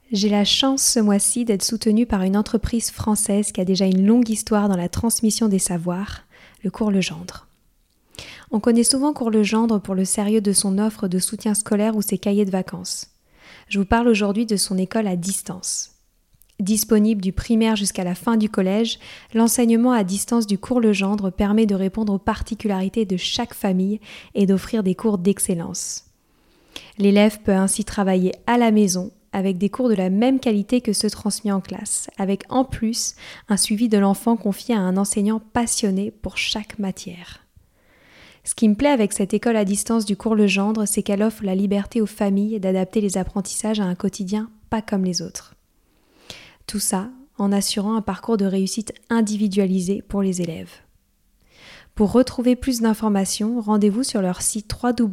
J'ai la chance ce mois-ci d'être soutenue par une entreprise française qui a déjà une longue histoire dans la transmission des savoirs, le Cours Legendre. On connaît souvent Cours Legendre pour le sérieux de son offre de soutien scolaire ou ses cahiers de vacances. Je vous parle aujourd'hui de son école à distance. Disponible du primaire jusqu'à la fin du collège, l'enseignement à distance du Cours Legendre permet de répondre aux particularités de chaque famille et d'offrir des cours d'excellence. L'élève peut ainsi travailler à la maison avec des cours de la même qualité que ceux transmis en classe, avec en plus un suivi de l'enfant confié à un enseignant passionné pour chaque matière. Ce qui me plaît avec cette école à distance du Cours Legendre, c'est qu'elle offre la liberté aux familles d'adapter les apprentissages à un quotidien pas comme les autres. Tout ça en assurant un parcours de réussite individualisé pour les élèves. Pour retrouver plus d'informations, rendez-vous sur leur site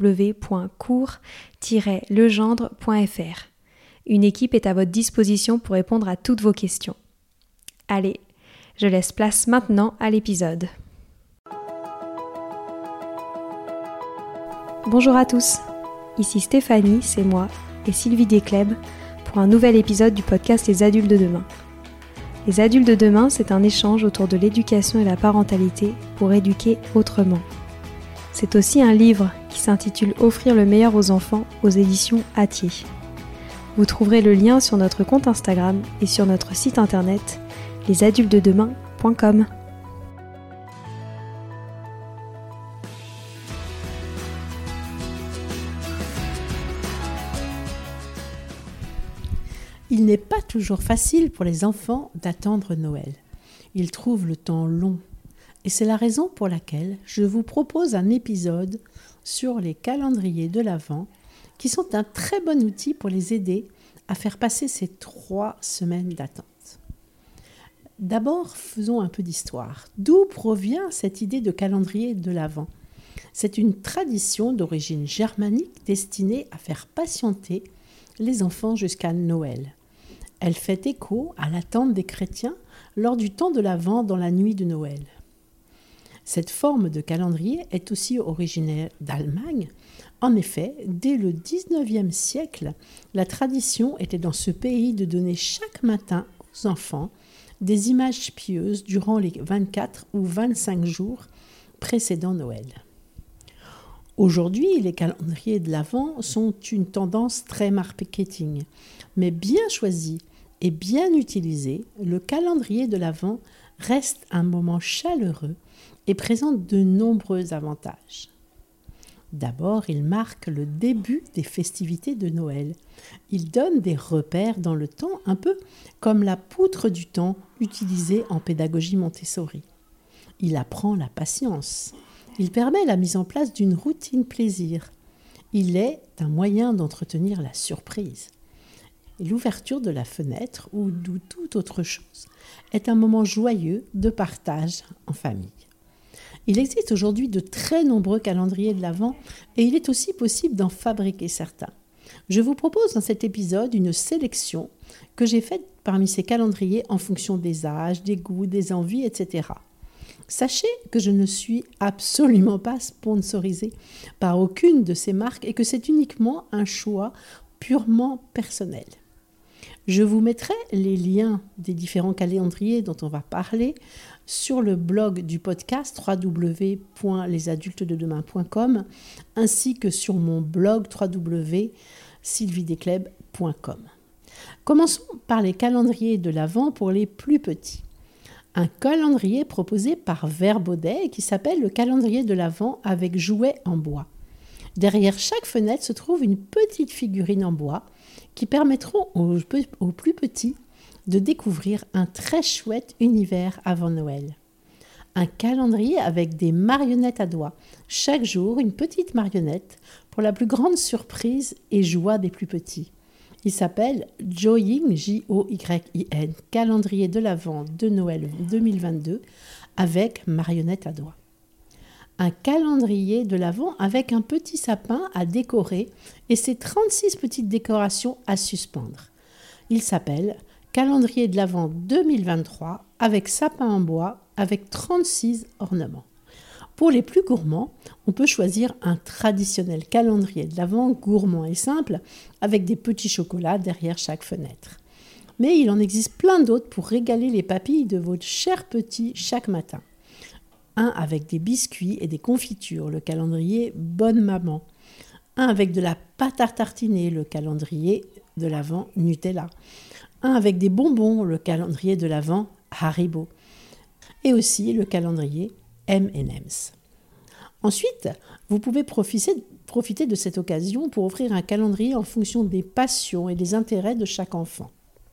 www.cours-legendre.fr. Une équipe est à votre disposition pour répondre à toutes vos questions. Allez, je laisse place maintenant à l'épisode. Bonjour à tous, ici Stéphanie, c'est moi, et Sylvie Descleb pour un nouvel épisode du podcast Les Adultes de demain. Les Adultes de demain, c'est un échange autour de l'éducation et la parentalité pour éduquer autrement. C'est aussi un livre qui s'intitule Offrir le meilleur aux enfants aux éditions Hatier. Vous trouverez le lien sur notre compte Instagram et sur notre site internet lesadultesdedemain.com. Il n'est pas toujours facile pour les enfants d'attendre Noël. Ils trouvent le temps long. Et c'est la raison pour laquelle je vous propose un épisode sur les calendriers de l'Avent qui sont un très bon outil pour les aider à faire passer ces 3 semaines d'attente. D'abord, faisons un peu d'histoire. D'où provient cette idée de calendrier de l'Avent ? C'est une tradition d'origine germanique destinée à faire patienter les enfants jusqu'à Noël. Elle fait écho à l'attente des chrétiens lors du temps de l'Avent dans la nuit de Noël. Cette forme de calendrier est aussi originaire d'Allemagne. En effet, dès le XIXe siècle, la tradition était dans ce pays de donner chaque matin aux enfants des images pieuses durant les 24 ou 25 jours précédant Noël. Aujourd'hui, les calendriers de l'Avent sont une tendance très marketing, mais bien choisi et bien utilisé, le calendrier de l'Avent reste un moment chaleureux et présente de nombreux avantages. D'abord, il marque le début des festivités de Noël. Il donne des repères dans le temps, un peu comme la poutre du temps utilisée en pédagogie Montessori. Il apprend la patience. Il permet la mise en place d'une routine plaisir. Il est un moyen d'entretenir la surprise. Et l'ouverture de la fenêtre ou de toute autre chose est un moment joyeux de partage en famille. Il existe aujourd'hui de très nombreux calendriers de l'Avent et il est aussi possible d'en fabriquer certains. Je vous propose dans cet épisode une sélection que j'ai faite parmi ces calendriers en fonction des âges, des goûts, des envies, etc. Sachez que je ne suis absolument pas sponsorisée par aucune de ces marques et que c'est uniquement un choix purement personnel. Je vous mettrai les liens des différents calendriers dont on va parler sur le blog du podcast www.lesadultesdedemain.com ainsi que sur mon blog www.sylviedescleb.com. Commençons par les calendriers de l'Avent pour les plus petits. Un calendrier proposé par Verbaudet qui s'appelle le calendrier de l'Avent avec jouets en bois. Derrière chaque fenêtre se trouve une petite figurine en bois qui permettront aux plus petits de découvrir un très chouette univers avant Noël. Un calendrier avec des marionnettes à doigts. Chaque jour, une petite marionnette pour la plus grande surprise et joie des plus petits. Il s'appelle Joyin, J-O-Y-I-N, calendrier de l'Avent de Noël 2022 avec marionnettes à doigts. Un calendrier de l'Avent avec un petit sapin à décorer et ses 36 petites décorations à suspendre. Il s'appelle Calendrier de l'Avent 2023 avec sapin en bois avec 36 ornements. Pour les plus gourmands, on peut choisir un traditionnel calendrier de l'Avent gourmand et simple avec des petits chocolats derrière chaque fenêtre. Mais il en existe plein d'autres pour régaler les papilles de votre cher petit chaque matin. Un avec des biscuits et des confitures, le calendrier Bonne Maman. Un avec de la pâte à tartiner, le calendrier de l'Avent Nutella. Un avec des bonbons, le calendrier de l'Avent Haribo. Et aussi le calendrier M&M's. Ensuite, vous pouvez profiter de cette occasion pour offrir un calendrier en fonction des passions et des intérêts de chaque enfant.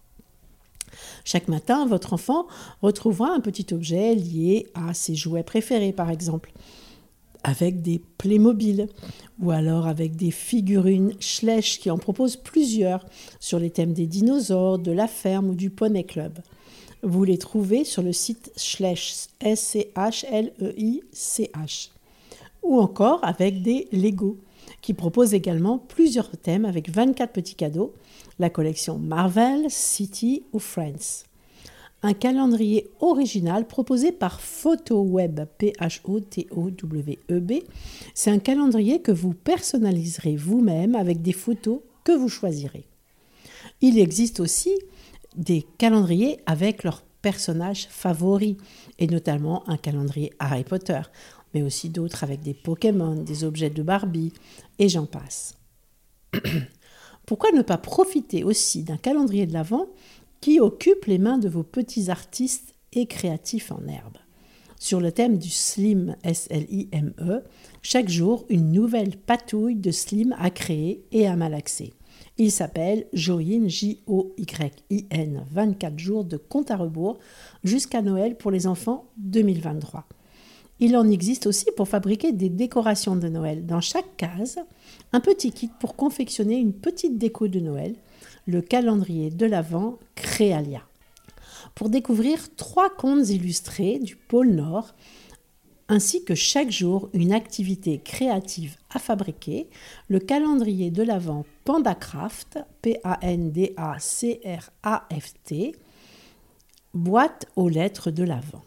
Chaque matin, votre enfant retrouvera un petit objet lié à ses jouets préférés, par exemple, avec des Playmobil, ou alors avec des figurines Schleich qui en proposent plusieurs sur les thèmes des dinosaures, de la ferme ou du Poney Club. Vous les trouvez sur le site Schleich, S-C-H-L-E-I-C-H. Ou encore avec des Lego, qui proposent également plusieurs thèmes avec 24 petits cadeaux, la collection Marvel, City ou Friends. Un calendrier original proposé par PhotoWeb, P-H-O-T-O-W-E-B. C'est un calendrier que vous personnaliserez vous-même avec des photos que vous choisirez. Il existe aussi des calendriers avec leurs personnages favoris, et notamment un calendrier Harry Potter, mais aussi d'autres avec des Pokémon, des objets de Barbie, et j'en passe. Pourquoi ne pas profiter aussi d'un calendrier de l'Avent qui occupe les mains de vos petits artistes et créatifs en herbe? Sur le thème du Slim, S-L-I-M-E, chaque jour, une nouvelle patouille de Slim à créer et à malaxer. Il s'appelle Joyin, J-O-Y-I-N, 24 jours de compte à rebours jusqu'à Noël pour les enfants 2023. Il en existe aussi pour fabriquer des décorations de Noël. Dans chaque case, un petit kit pour confectionner une petite déco de Noël, le calendrier de l'Avent Créalia. Pour découvrir 3 contes illustrés du pôle Nord, ainsi que chaque jour une activité créative à fabriquer, le calendrier de l'Avent PandaCraft, P-A-N-D-A-C-R-A-F-T, boîte aux lettres de l'Avent.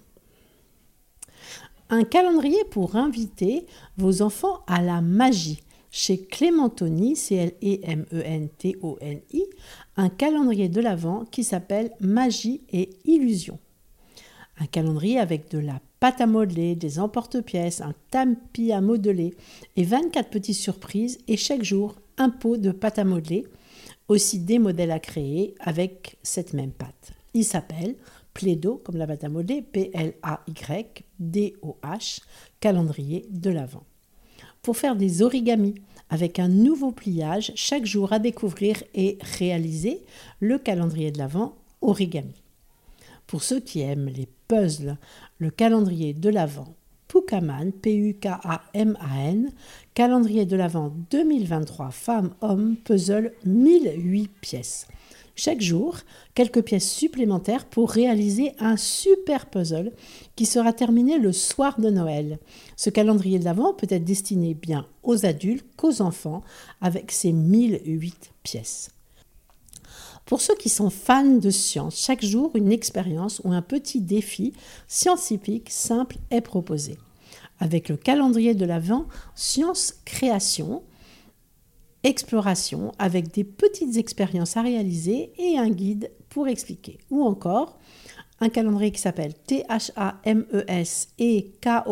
Un calendrier pour inviter vos enfants à la magie. Chez Clémentoni, C-L-E-M-E-N-T-O-N-I, un calendrier de l'Avent qui s'appelle Magie et Illusion. Un calendrier avec de la pâte à modeler, des emporte-pièces, un tapis à modeler et 24 petites surprises et chaque jour un pot de pâte à modeler, aussi des modèles à créer avec cette même pâte. Il s'appelle Play-Doh, comme la pâte à modeler, P-L-A-Y-D-O-H, calendrier de l'Avent. Pour faire des origamis avec un nouveau pliage chaque jour à découvrir et réaliser le calendrier de l'Avent origami. Pour ceux qui aiment les puzzles, le calendrier de l'Avent Pukaman, P-U-K-A-M-A-N, calendrier de l'Avent 2023 femmes-hommes, puzzle 1008 pièces. Chaque jour, quelques pièces supplémentaires pour réaliser un super puzzle qui sera terminé le soir de Noël. Ce calendrier de l'Avent peut être destiné bien aux adultes qu'aux enfants avec ses 1008 pièces. Pour ceux qui sont fans de science, chaque jour, une expérience ou un petit défi scientifique simple est proposé. Avec le calendrier de l'Avent Science Création, exploration avec des petites expériences à réaliser et un guide pour expliquer. Ou encore, un calendrier qui s'appelle THAMES et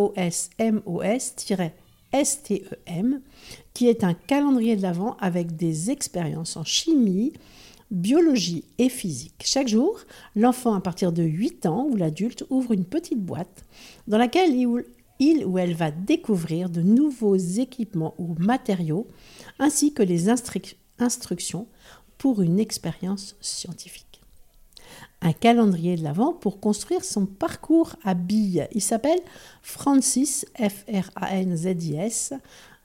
KOSMOS-STEM, qui est un calendrier de l'Avent avec des expériences en chimie, biologie et physique. Chaque jour, l'enfant à partir de 8 ans ou l'adulte ouvre une petite boîte dans laquelle il ou elle va découvrir de nouveaux équipements ou matériaux ainsi que les instructions pour une expérience scientifique. Un calendrier de l'Avent pour construire son parcours à billes. Il s'appelle Francis, F-R-A-N-Z-I-S,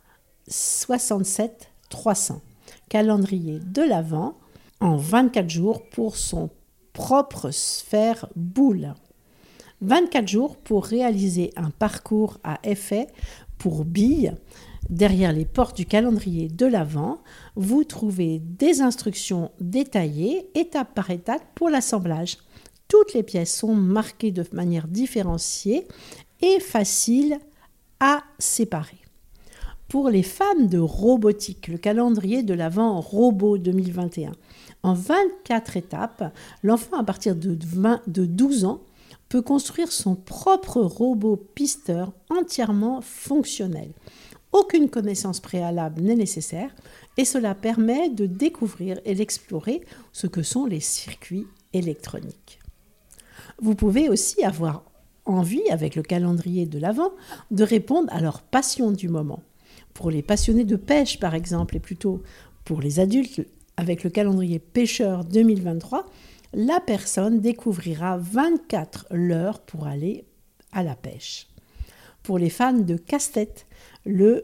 67 300. Calendrier de l'Avent en 24 jours pour son propre sphère boule. 24 jours pour réaliser un parcours à effet pour billes. Derrière les portes du calendrier de l'Avent, vous trouvez des instructions détaillées, étape par étape, pour l'assemblage. Toutes les pièces sont marquées de manière différenciée et facile à séparer. Pour les fans de robotique, le calendrier de l'Avent Robot 2021. En 24 étapes, l'enfant à partir de 12 ans peut construire son propre robot pisteur entièrement fonctionnel. Aucune connaissance préalable n'est nécessaire et cela permet de découvrir et d'explorer ce que sont les circuits électroniques. Vous pouvez aussi avoir envie, avec le calendrier de l'Avent, de répondre à leur passion du moment. Pour les passionnés de pêche, par exemple, et plutôt pour les adultes, avec le calendrier pêcheur 2023, la personne découvrira 24 leurres pour aller à la pêche. Pour les fans de casse-tête, le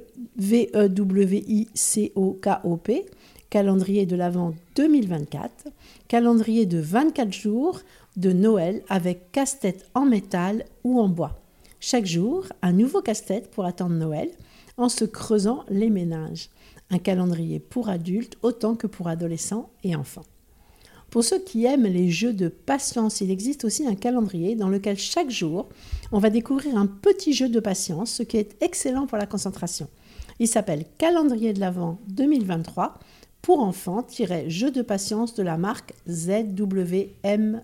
VEWICOKOP, calendrier de l'Avent 2024, calendrier de 24 jours de Noël avec casse-tête en métal ou en bois. Chaque jour, un nouveau casse-tête pour attendre Noël en se creusant les méninges. Un calendrier pour adultes autant que pour adolescents et enfants. Pour ceux qui aiment les jeux de patience, il existe aussi un calendrier dans lequel chaque jour, on va découvrir un petit jeu de patience, ce qui est excellent pour la concentration. Il s'appelle Calendrier de l'Avent 2023 pour enfants, jeu de patience de la marque ZWMENGE.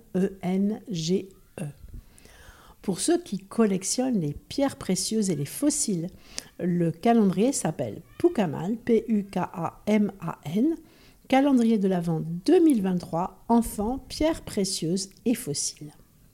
Pour ceux qui collectionnent les pierres précieuses et les fossiles, le calendrier s'appelle Pukaman, P-U-K-A-M-A-N, calendrier de l'Avent 2023, enfants, pierres précieuses et fossiles.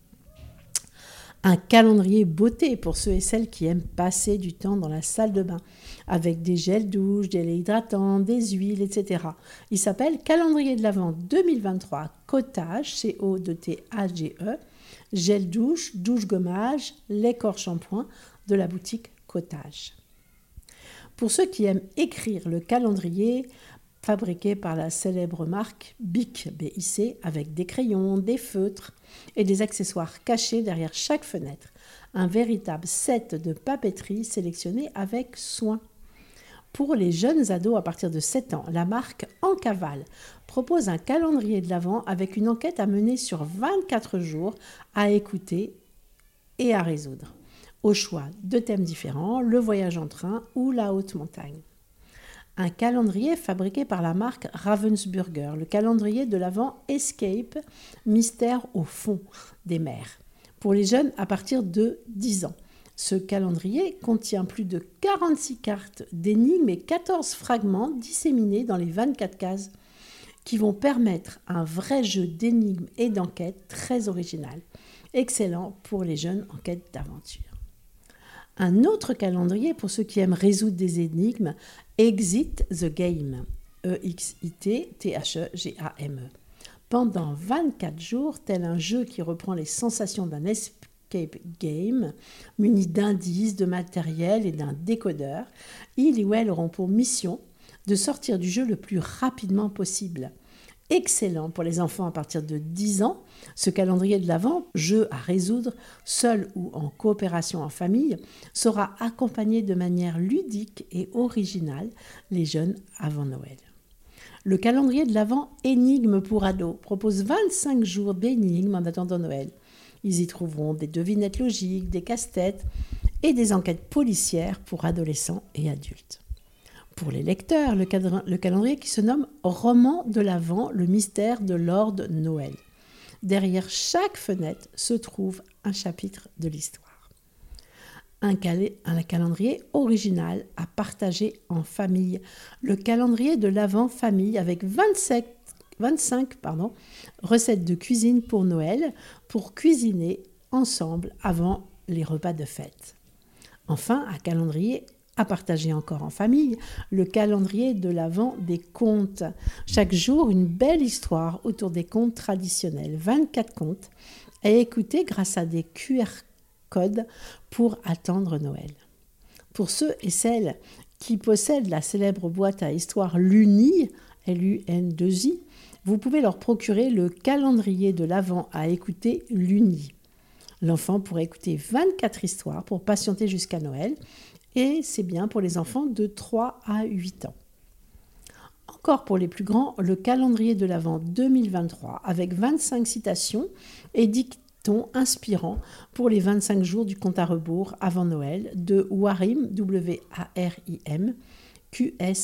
Un calendrier beauté pour ceux et celles qui aiment passer du temps dans la salle de bain, avec des gels douche, des laits hydratants, des huiles, etc. Il s'appelle Calendrier de l'Avent 2023, Cottage, C-O-T-A-G-E, gel douche, douche gommage, lait corps shampoing de la boutique Cottage. Pour ceux qui aiment écrire, le calendrier fabriqué par la célèbre marque BIC, B-I-C, avec des crayons, des feutres et des accessoires cachés derrière chaque fenêtre. Un véritable set de papeterie sélectionné avec soin. Pour les jeunes ados à partir de 7 ans, la marque En Cavale propose un calendrier de l'Avent avec une enquête à mener sur 24 jours à écouter et à résoudre. Au choix de thèmes différents, le voyage en train ou la haute montagne. Un calendrier fabriqué par la marque Ravensburger, le calendrier de l'Avent Escape, mystère au fond des mers, pour les jeunes à partir de 10 ans. Ce calendrier contient plus de 46 cartes d'énigmes et 14 fragments disséminés dans les 24 cases qui vont permettre un vrai jeu d'énigmes et d'enquêtes très original, excellent pour les jeunes en quête d'aventure. Un autre calendrier pour ceux qui aiment résoudre des énigmes, Exit the Game, E-X-I-T-T-H-E-G-A-M-E. Pendant 24 jours, tel un jeu qui reprend les sensations d'un escape game, muni d'indices, de matériel et d'un décodeur, ils ou elles auront pour mission de sortir du jeu le plus rapidement possible. Excellent pour les enfants à partir de 10 ans, ce calendrier de l'Avent, jeu à résoudre, seul ou en coopération en famille, sera accompagné de manière ludique et originale les jeunes avant Noël. Le calendrier de l'Avent Énigmes pour ados propose 25 jours d'énigmes en attendant Noël. Ils y trouveront des devinettes logiques, des casse-têtes et des enquêtes policières pour adolescents et adultes. Pour les lecteurs, le calendrier qui se nomme Roman de l'Avent, le mystère de Lord Noël. Derrière chaque fenêtre se trouve un chapitre de l'histoire. Un calendrier original à partager en famille. Le calendrier de l'Avent famille avec 25 recettes de cuisine pour Noël pour cuisiner ensemble avant les repas de fête. Enfin, un calendrier à partager encore en famille, le calendrier de l'Avent des contes. Chaque jour, une belle histoire autour des contes traditionnels. 24 contes à écouter grâce à des QR codes pour attendre Noël. Pour ceux et celles qui possèdent la célèbre boîte à histoire Luni, L-U-N-2-I, vous pouvez leur procurer le calendrier de l'Avent à écouter Luni. L'enfant pourra écouter 24 histoires pour patienter jusqu'à Noël. Et c'est bien pour les enfants de 3 à 8 ans. Encore pour les plus grands, le calendrier de l'Avent 2023 avec 25 citations et dictons inspirants pour les 25 jours du compte à rebours avant Noël de Warim, W-A-R-I-M, Q-S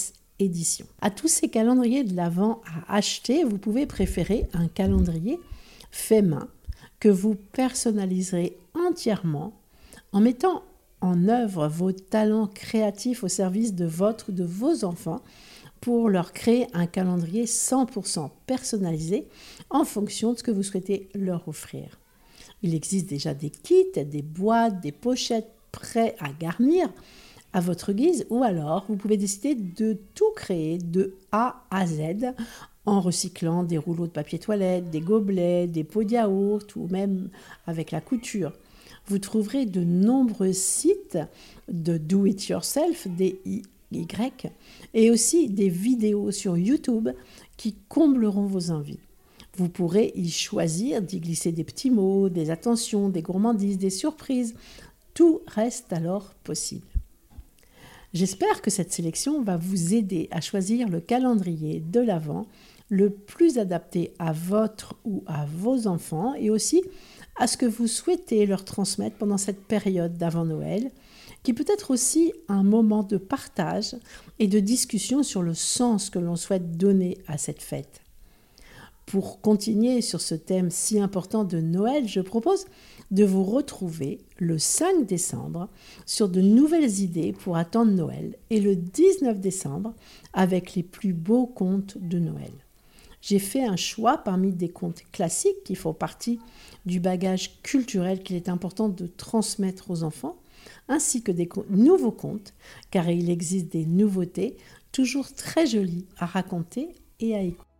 édition. À tous ces calendriers de l'Avent à acheter, vous pouvez préférer un calendrier fait main que vous personnaliserez entièrement en mettant en œuvre vos talents créatifs au service de vos enfants pour leur créer un calendrier 100% personnalisé en fonction de ce que vous souhaitez leur offrir. Il existe déjà des kits, des boîtes, des pochettes prêts à garnir à votre guise, ou alors vous pouvez décider de tout créer de A à Z en recyclant des rouleaux de papier toilette, des gobelets, des pots de yaourt ou même avec la couture. Vous trouverez de nombreux sites de do-it-yourself, DIY, et aussi des vidéos sur YouTube qui combleront vos envies. Vous pourrez y choisir d'y glisser des petits mots, des attentions, des gourmandises, des surprises. Tout reste alors possible. J'espère que cette sélection va vous aider à choisir le calendrier de l'Avent le plus adapté à votre ou à vos enfants et aussi à ce que vous souhaitez leur transmettre pendant cette période d'avant Noël, qui peut être aussi un moment de partage et de discussion sur le sens que l'on souhaite donner à cette fête. Pour continuer sur ce thème si important de Noël, je propose de vous retrouver le 5 décembre sur de nouvelles idées pour attendre Noël et le 19 décembre avec les plus beaux contes de Noël. J'ai fait un choix parmi des contes classiques qui font partie du bagage culturel qu'il est important de transmettre aux enfants, ainsi que des nouveaux contes, car il existe des nouveautés toujours très jolies à raconter et à écouter.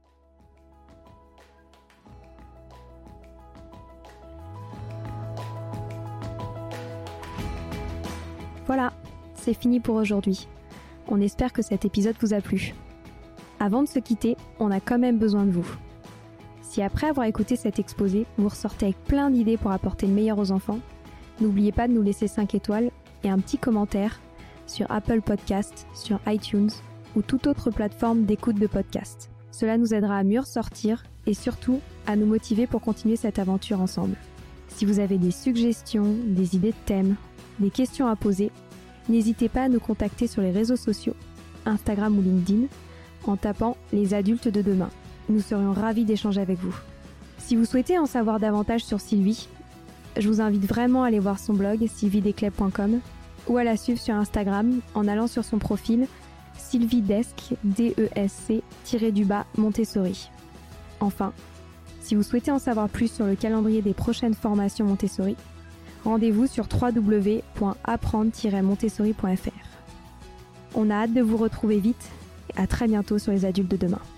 Voilà, c'est fini pour aujourd'hui. On espère que cet épisode vous a plu. Avant de se quitter, on a quand même besoin de vous. Si après avoir écouté cet exposé, vous ressortez avec plein d'idées pour apporter le meilleur aux enfants, n'oubliez pas de nous laisser 5 étoiles et un petit commentaire sur Apple Podcasts, sur iTunes ou toute autre plateforme d'écoute de podcast. Cela nous aidera à mieux ressortir et surtout à nous motiver pour continuer cette aventure ensemble. Si vous avez des suggestions, des idées de thèmes, des questions à poser, n'hésitez pas à nous contacter sur les réseaux sociaux, Instagram ou LinkedIn, en tapant « Les adultes de demain ». Nous serions ravis d'échanger avec vous. Si vous souhaitez en savoir davantage sur Sylvie, je vous invite vraiment à aller voir son blog sylviedesclés.com ou à la suivre sur Instagram en allant sur son profil sylviedesc, DESC-Montessori. Enfin, si vous souhaitez en savoir plus sur le calendrier des prochaines formations Montessori, rendez-vous sur www.apprendre-montessori.fr. On a hâte de vous retrouver vite et à très bientôt sur les adultes de demain.